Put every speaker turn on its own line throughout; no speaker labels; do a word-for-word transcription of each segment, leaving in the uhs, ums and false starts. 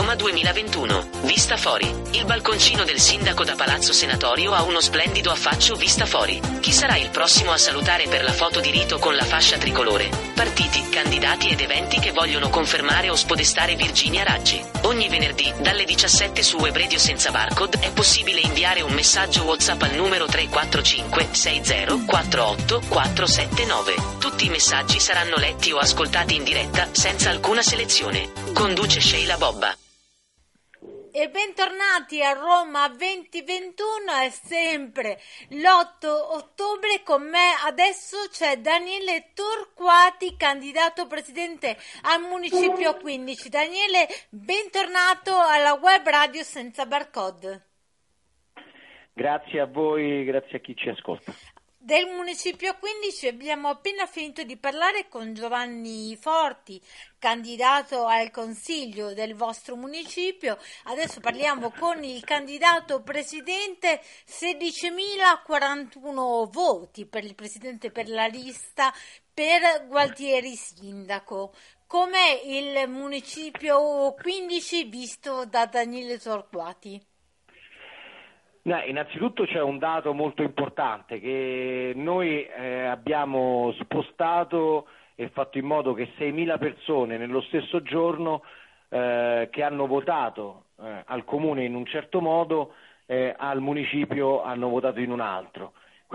Roma duemilaventuno. Vista Fori. Il balconcino del sindaco da Palazzo Senatorio ha uno splendido affaccio vista fuori. Chi sarà il prossimo a salutare per la foto di rito con la fascia tricolore? Partiti, candidati ed eventi che vogliono confermare o spodestare Virginia Raggi. Ogni venerdì, dalle diciassette su Web Radio senza barcode, è possibile inviare un messaggio WhatsApp al numero tre quattro cinque sei zero quattro otto quattro sette nove. Tutti i messaggi saranno letti o ascoltati in diretta, senza alcuna selezione. Conduce Sheila Bobba.
E bentornati a Roma duemilaventuno, è sempre l'otto ottobre. Con me adesso c'è Daniele Torquati, candidato presidente al Municipio quindici. Daniele, bentornato alla Web Radio senza barcode.
Grazie a voi, grazie a chi ci ascolta.
Del Municipio quindici abbiamo appena finito di parlare con Giovanni Forti, candidato al consiglio del vostro municipio. Adesso parliamo con il candidato presidente. sedicimilaquarantuno voti per il presidente per la lista per Gualtieri sindaco. Com'è il Municipio quindici visto da Daniele Torquati?
No, innanzitutto c'è un dato molto importante, che noi eh, abbiamo spostato e fatto in modo che seimila persone nello stesso giorno eh, che hanno votato eh, al comune in un certo modo, eh, al municipio hanno votato in un altro.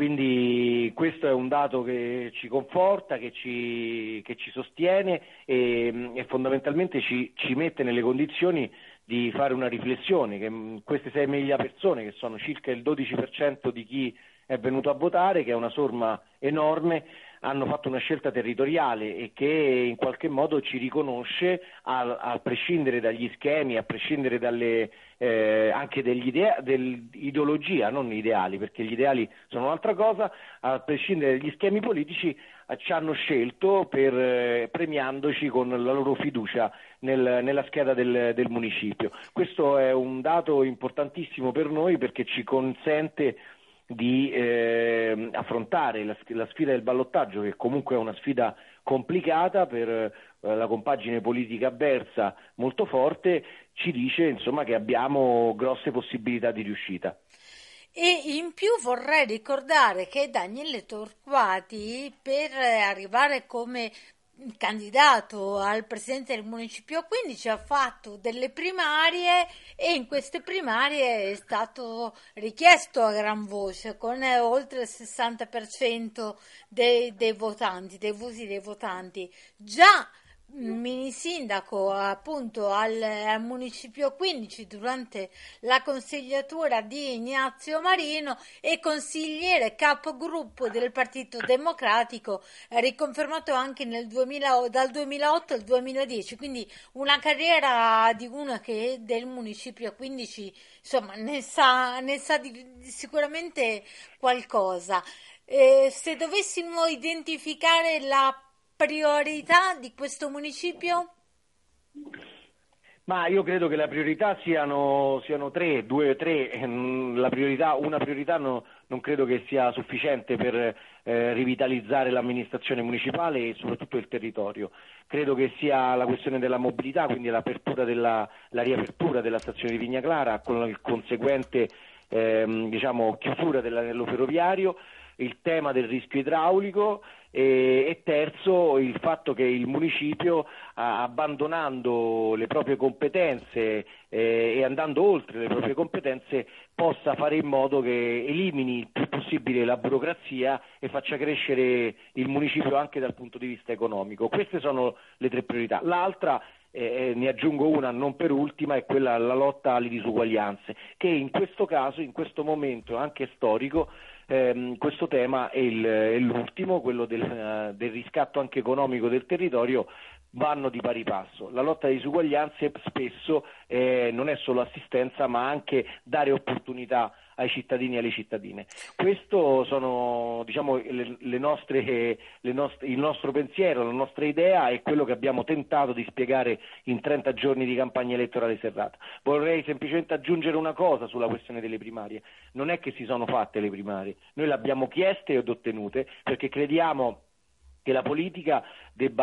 Quindi questo è un dato che ci conforta, che ci, che ci sostiene e, e fondamentalmente ci, ci mette nelle condizioni di fare una riflessione, che queste seimila persone, che sono circa il dodici per cento di chi è venuto a votare, che è una somma enorme, hanno fatto una scelta territoriale e che in qualche modo ci riconosce, a, a prescindere dagli schemi, a prescindere dalle, eh, anche degli idea, dell'ideologia, non ideali, perché gli ideali sono un'altra cosa, a prescindere dagli schemi politici, eh, ci hanno scelto per eh, premiandoci con la loro fiducia nel, nella scheda del, del municipio. Questo è un dato importantissimo per noi, perché ci consente di eh, affrontare la, la sfida del ballottaggio, che comunque è una sfida complicata per eh, la compagine politica avversa molto forte. Ci dice insomma che abbiamo grosse possibilità di riuscita.
E in più vorrei ricordare che Daniele Torquati, per arrivare come candidato al presidente del Municipio quindici, ha fatto delle primarie e in queste primarie è stato richiesto a gran voce, con oltre il sessanta per cento dei, dei votanti, dei voti dei votanti. Già mini sindaco appunto al, al Municipio quindici durante la consigliatura di Ignazio Marino e consigliere capogruppo del Partito Democratico, eh, riconfermato anche nel duemila, dal duemilaotto al duemiladieci, quindi una carriera di una che del Municipio quindici insomma ne sa, ne sa di, di sicuramente qualcosa. Eh, se dovessimo identificare la priorità di questo municipio?
Ma io credo che la priorità siano, siano tre, due o tre. La priorità, una priorità no, non credo che sia sufficiente per eh, rivitalizzare l'amministrazione municipale e soprattutto il territorio. Credo che sia la questione della mobilità, quindi l'apertura della, la riapertura della stazione di Vigna Clara con il conseguente ehm, diciamo, chiusura dell'anello ferroviario, il tema del rischio idraulico e, e terzo il fatto che il municipio, ah, abbandonando le proprie competenze eh, e andando oltre le proprie competenze, possa fare in modo che elimini il più possibile la burocrazia e faccia crescere il municipio anche dal punto di vista economico. Queste sono le tre priorità. L'altra, Eh, ne aggiungo una non per ultima, è quella la lotta alle disuguaglianze, che in questo caso, in questo momento anche storico, ehm, questo tema è, il, è l'ultimo, quello del, uh, del riscatto anche economico del territorio, vanno di pari passo. La lotta alle disuguaglianze spesso eh, non è solo assistenza, ma anche dare opportunità ai cittadini e alle cittadine. Questo sono, diciamo, le, le nostre, le nostre, il nostro pensiero, la nostra idea è quello che abbiamo tentato di spiegare in trenta giorni di campagna elettorale serrata. Vorrei semplicemente aggiungere una cosa sulla questione delle primarie. Non è che si sono fatte le primarie, noi le abbiamo chieste ed ottenute perché crediamo che la politica debba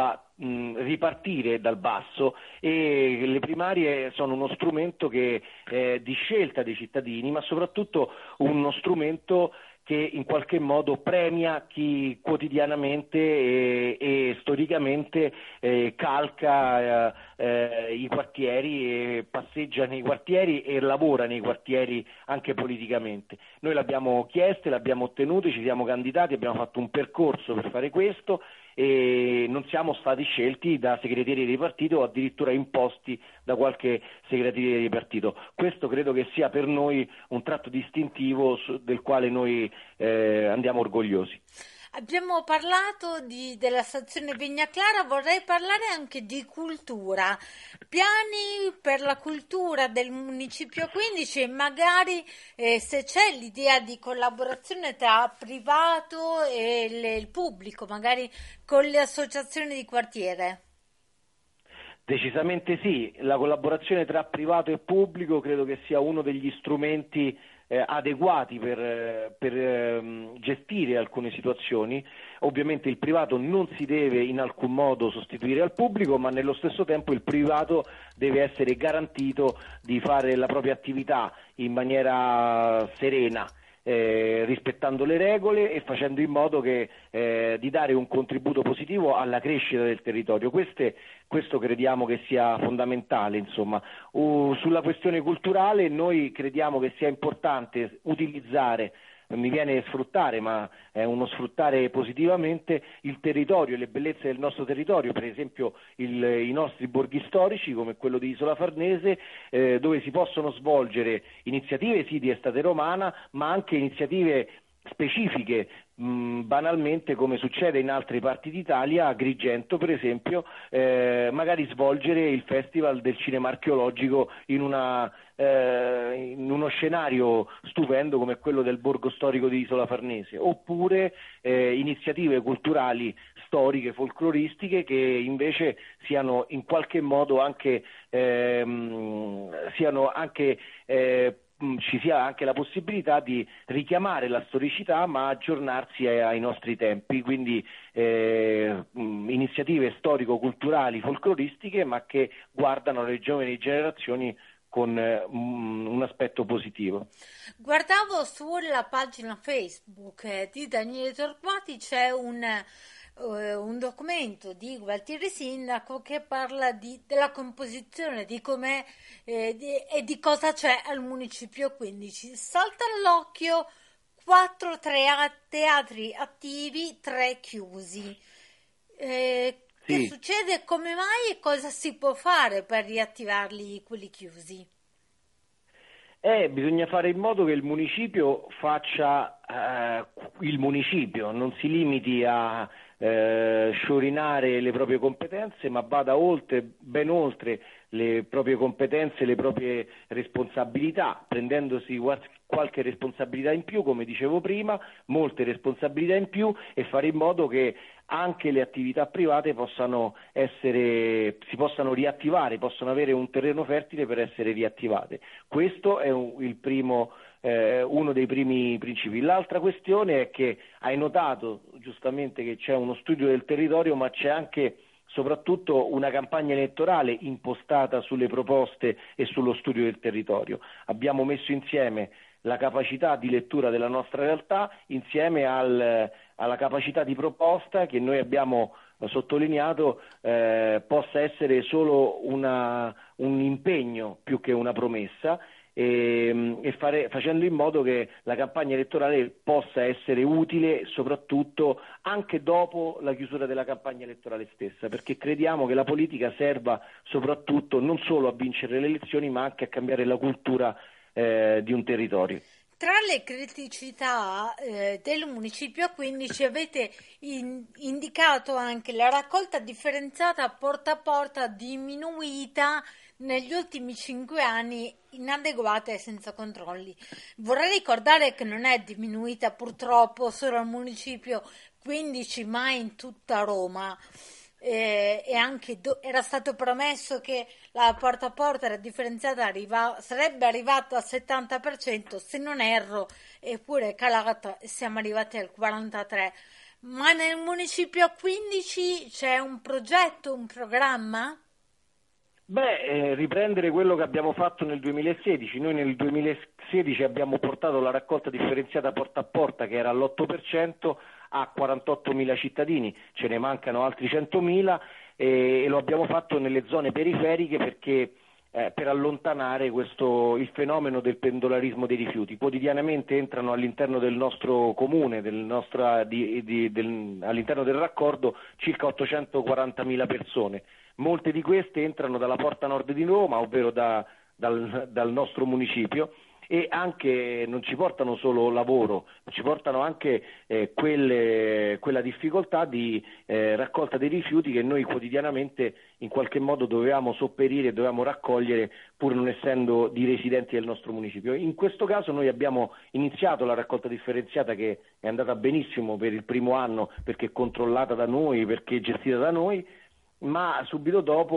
mh, ripartire dal basso, e le primarie sono uno strumento che, eh, di scelta dei cittadini, ma soprattutto uno strumento che in qualche modo premia chi quotidianamente e, e storicamente eh, calca eh, eh, i quartieri, e passeggia nei quartieri e lavora nei quartieri anche politicamente. Noi l'abbiamo chiesto, l'abbiamo ottenuto, ci siamo candidati, abbiamo fatto un percorso per fare questo e non siamo stati scelti da segretari di partito o addirittura imposti da qualche segretario di partito. Questo credo che sia per noi un tratto distintivo del quale noi eh, andiamo orgogliosi.
Abbiamo parlato di, della stazione Vigna Clara, vorrei parlare anche di cultura, piani per la cultura del Municipio quindici e magari eh, se c'è l'idea di collaborazione tra privato e le, il pubblico, magari con le associazioni di quartiere.
Decisamente sì, la collaborazione tra privato e pubblico credo che sia uno degli strumenti Eh, adeguati per, eh, per eh, gestire alcune situazioni. Ovviamente il privato non si deve in alcun modo sostituire al pubblico, ma nello stesso tempo il privato deve essere garantito di fare la propria attività in maniera serena, Eh, rispettando le regole e facendo in modo che, eh, di dare un contributo positivo alla crescita del territorio. Queste, questo crediamo che sia fondamentale. Insomma. Uh, sulla questione culturale noi crediamo che sia importante utilizzare, mi viene sfruttare, ma è uno sfruttare positivamente il territorio e le bellezze del nostro territorio, per esempio il, i nostri borghi storici come quello di Isola Farnese, eh, dove si possono svolgere iniziative sì di estate romana, ma anche iniziative specifiche, mh, banalmente come succede in altre parti d'Italia, a Agrigento per esempio, eh, magari svolgere il Festival del Cinema Archeologico in, una, eh, in uno scenario stupendo come quello del Borgo Storico di Isola Farnese, oppure eh, iniziative culturali storiche, folcloristiche che invece siano in qualche modo anche, ehm, siano anche eh, ci sia anche la possibilità di richiamare la storicità ma aggiornarsi ai, ai nostri tempi, quindi eh, iniziative storico-culturali, folcloristiche, ma che guardano le giovani generazioni con eh, un aspetto positivo.
Guardavo sulla pagina Facebook eh, di Daniele Torquati, c'è un un documento di Gualtieri Sindaco che parla di, della composizione, di com'è eh, di, e di cosa c'è al Municipio quindici. Salta all'occhio quattro teatri attivi, tre chiusi. Eh, sì. Che succede? Come mai e cosa si può fare per riattivarli quelli chiusi?
Eh, bisogna fare in modo che il municipio faccia eh, il municipio, non si limiti a eh, sciorinare le proprie competenze, ma vada oltre, ben oltre le proprie competenze, le proprie responsabilità, prendendosi qualche responsabilità in più, come dicevo prima, molte responsabilità in più, e fare in modo che anche le attività private possano essere, si possano riattivare, possano avere un terreno fertile per essere riattivate. Questo è un, il primo, eh, uno dei primi principi. L'altra questione è che hai notato giustamente che c'è uno studio del territorio, ma c'è anche soprattutto una campagna elettorale impostata sulle proposte e sullo studio del territorio. Abbiamo messo insieme la capacità di lettura della nostra realtà insieme al, alla capacità di proposta che noi abbiamo sottolineato eh, possa essere solo una, un impegno più che una promessa, e, e fare, facendo in modo che la campagna elettorale possa essere utile soprattutto anche dopo la chiusura della campagna elettorale stessa, perché crediamo che la politica serva soprattutto non solo a vincere le elezioni ma anche a cambiare la cultura eh, di un territorio.
Tra le criticità eh, del Municipio quindici avete in, indicato anche la raccolta differenziata porta a porta diminuita negli ultimi cinque anni, inadeguata e senza controlli. Vorrei ricordare che non è diminuita purtroppo solo al Municipio quindici, ma in tutta Roma. Eh, e anche do- era stato promesso che la porta a porta era differenziata, arriva- sarebbe arrivata al settanta per cento se non erro, eppure è calata e siamo arrivati al quarantatré per cento. Ma nel municipio quindici c'è un progetto, un programma?
Beh, eh, riprendere quello che abbiamo fatto nel duemilasedici. Noi nel duemilasedici abbiamo portato la raccolta differenziata porta a porta, che era all'otto per cento, a quarantottomila cittadini, ce ne mancano altri centomila, e, e lo abbiamo fatto nelle zone periferiche perché eh, per allontanare questo, il fenomeno del pendolarismo dei rifiuti. Quotidianamente entrano all'interno del nostro comune, del nostra, di, di, del, all'interno del raccordo, circa ottocentoquarantamila persone. Molte di queste entrano dalla porta nord di Roma, ovvero da, dal, dal nostro municipio, e anche non ci portano solo lavoro, ci portano anche eh, quelle, quella difficoltà di eh, raccolta dei rifiuti che noi quotidianamente in qualche modo dovevamo sopperire, dovevamo raccogliere pur non essendo di residenti del nostro municipio. In questo caso noi abbiamo iniziato la raccolta differenziata, che è andata benissimo per il primo anno perché è controllata da noi, perché è gestita da noi, ma subito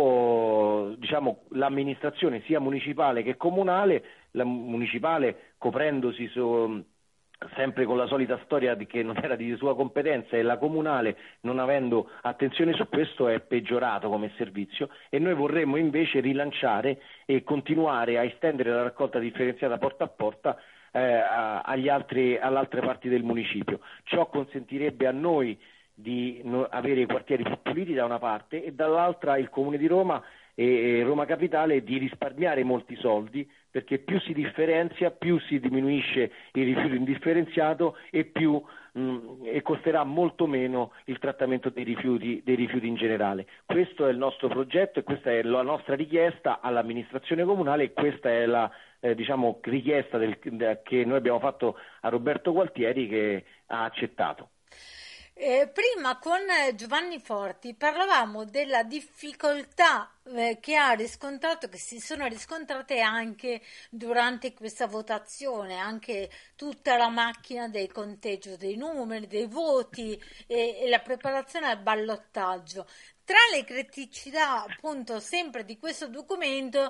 dopo, diciamo, l'amministrazione sia municipale che comunale, la municipale coprendosi su, sempre con la solita storia di che non era di sua competenza, e la comunale, non avendo attenzione su questo, è peggiorato come servizio, e noi vorremmo invece rilanciare e continuare a estendere la raccolta differenziata porta a porta eh, agli altri, alle altre parti del municipio. Ciò consentirebbe a noi di avere i quartieri più puliti da una parte, e dall'altra il Comune di Roma e Roma Capitale di risparmiare molti soldi, perché più si differenzia, più si diminuisce il rifiuto indifferenziato e più mh, e costerà molto meno il trattamento dei rifiuti, dei rifiuti in generale. Questo è il nostro progetto e questa è la nostra richiesta all'amministrazione comunale, e questa è la eh, diciamo, richiesta del, che noi abbiamo fatto a Roberto Gualtieri, che ha accettato.
Eh, prima con Giovanni Forti parlavamo della difficoltà eh, che ha riscontrato, che si sono riscontrate anche durante questa votazione, anche tutta la macchina del conteggio dei numeri, dei voti e, e la preparazione al ballottaggio. Tra le criticità, appunto, sempre di questo documento,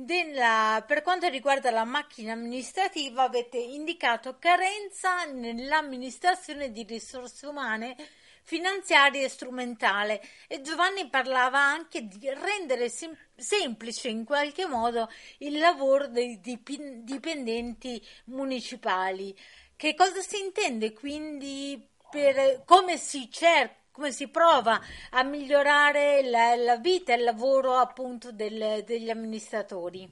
della, per quanto riguarda la macchina amministrativa, avete indicato carenza nell'amministrazione di risorse umane, finanziarie e strumentale, e Giovanni parlava anche di rendere sem- semplice in qualche modo il lavoro dei dip- dipendenti municipali. Che cosa si intende quindi per come si cerca, come si prova a migliorare la, la vita e il lavoro appunto del, degli amministratori?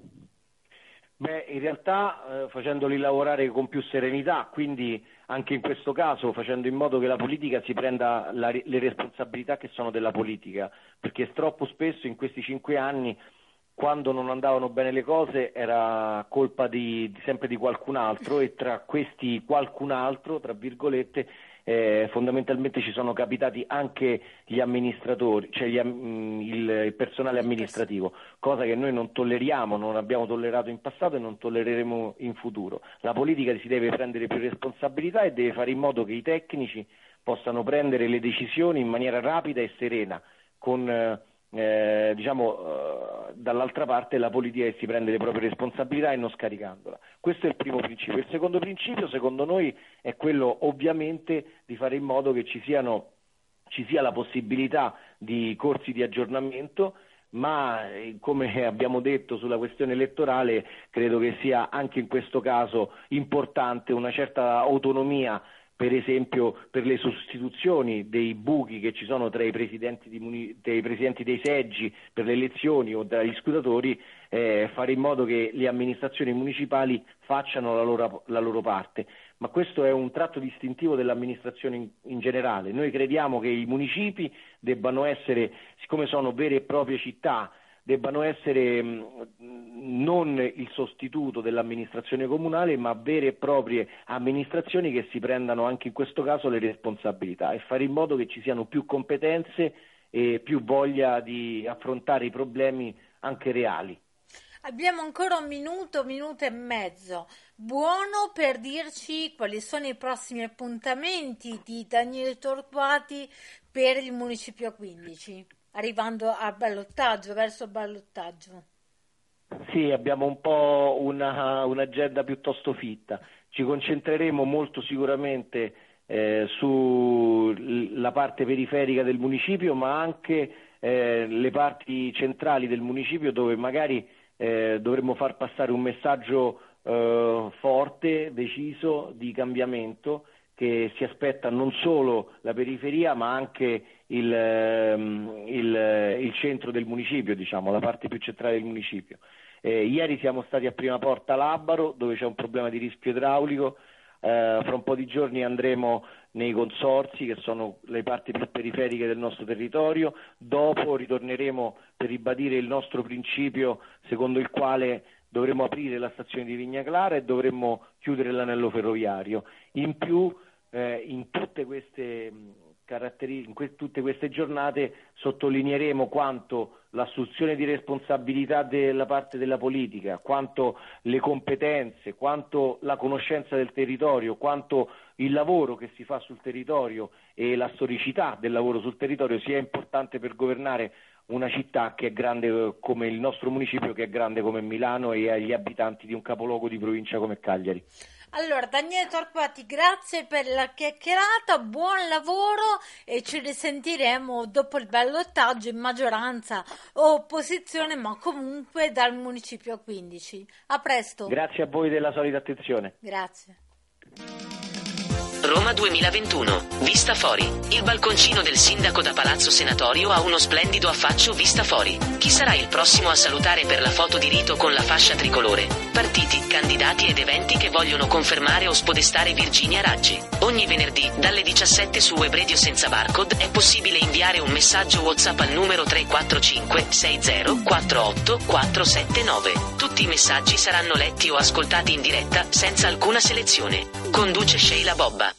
Beh, in realtà eh, facendoli lavorare con più serenità, quindi anche in questo caso facendo in modo che la politica si prenda la, le responsabilità che sono della politica, perché troppo spesso in questi cinque anni, quando non andavano bene le cose, era colpa di, di sempre di qualcun altro, e tra questi qualcun altro, tra virgolette, Eh, fondamentalmente ci sono capitati anche gli amministratori, cioè gli, il, il personale amministrativo, cosa che noi non tolleriamo, non abbiamo tollerato in passato e non tollereremo in futuro. La politica si deve prendere più responsabilità e deve fare in modo che i tecnici possano prendere le decisioni in maniera rapida e serena, con eh, diciamo eh, dall'altra parte la politica che si prende le proprie responsabilità e non scaricandola. Questo è il primo principio. Il secondo principio, secondo noi, è quello ovviamente di fare in modo che ci siano ci sia la possibilità di corsi di aggiornamento, ma eh, come abbiamo detto sulla questione elettorale, credo che sia anche in questo caso importante una certa autonomia, per esempio per le sostituzioni dei buchi che ci sono tra i presidenti, di, tra i presidenti dei seggi per le elezioni o tra gli scrutatori, eh, fare in modo che le amministrazioni municipali facciano la loro, la loro parte. Ma questo è un tratto distintivo dell'amministrazione in, in generale. Noi crediamo che i municipi debbano essere, siccome sono vere e proprie città, debbano essere mh, non il sostituto dell'amministrazione comunale, ma vere e proprie amministrazioni che si prendano anche in questo caso le responsabilità, e fare in modo che ci siano più competenze e più voglia di affrontare i problemi anche reali.
Abbiamo ancora un minuto, minuto e mezzo. Buono per dirci quali sono i prossimi appuntamenti di Daniele Torquati per il Municipio quindici, arrivando al ballottaggio, verso il ballottaggio.
Sì, abbiamo un po' una, un'agenda piuttosto fitta. Ci concentreremo molto sicuramente eh, sulla parte periferica del municipio, ma anche eh, le parti centrali del municipio, dove magari eh, dovremmo far passare un messaggio eh, forte, deciso, di cambiamento, che si aspetta non solo la periferia ma anche il, il, il centro del municipio, diciamo, la parte più centrale del municipio. Eh, ieri siamo stati a Prima Porta Labaro, dove c'è un problema di rischio idraulico. Eh, fra un po' di giorni andremo nei consorzi, che sono le parti più periferiche del nostro territorio. Dopo ritorneremo per ribadire il nostro principio secondo il quale dovremmo aprire la stazione di Vigna Clara e dovremmo chiudere l'anello ferroviario. In più, eh, in tutte queste caratteri- in que- tutte queste giornate sottolineeremo quanto l'assunzione di responsabilità della parte della politica, quanto le competenze, quanto la conoscenza del territorio, quanto il lavoro che si fa sul territorio e la storicità del lavoro sul territorio sia importante per governare una città che è grande come il nostro municipio, che è grande come Milano e ha gli abitanti di un capoluogo di provincia come Cagliari.
Allora, Daniele Torquati, grazie per la chiacchierata, buon lavoro e ci risentiremo dopo il ballottaggio in maggioranza o opposizione, ma comunque dal municipio quindici. A presto.
Grazie a voi della solita attenzione.
Grazie.
Roma duemilaventuno. Vista fuori. Il balconcino del sindaco da Palazzo Senatorio ha uno splendido affaccio vista fuori. Chi sarà il prossimo a salutare per la foto di rito con la fascia tricolore? Partiti, candidati ed eventi che vogliono confermare o spodestare Virginia Raggi. Ogni venerdì, dalle diciassette su Web Radio senza barcode, è possibile inviare un messaggio WhatsApp al numero tre quattro cinque sei zero quattro otto quattro sette nove. Tutti i messaggi saranno letti o ascoltati in diretta, senza alcuna selezione. Conduce Sheila Bobba.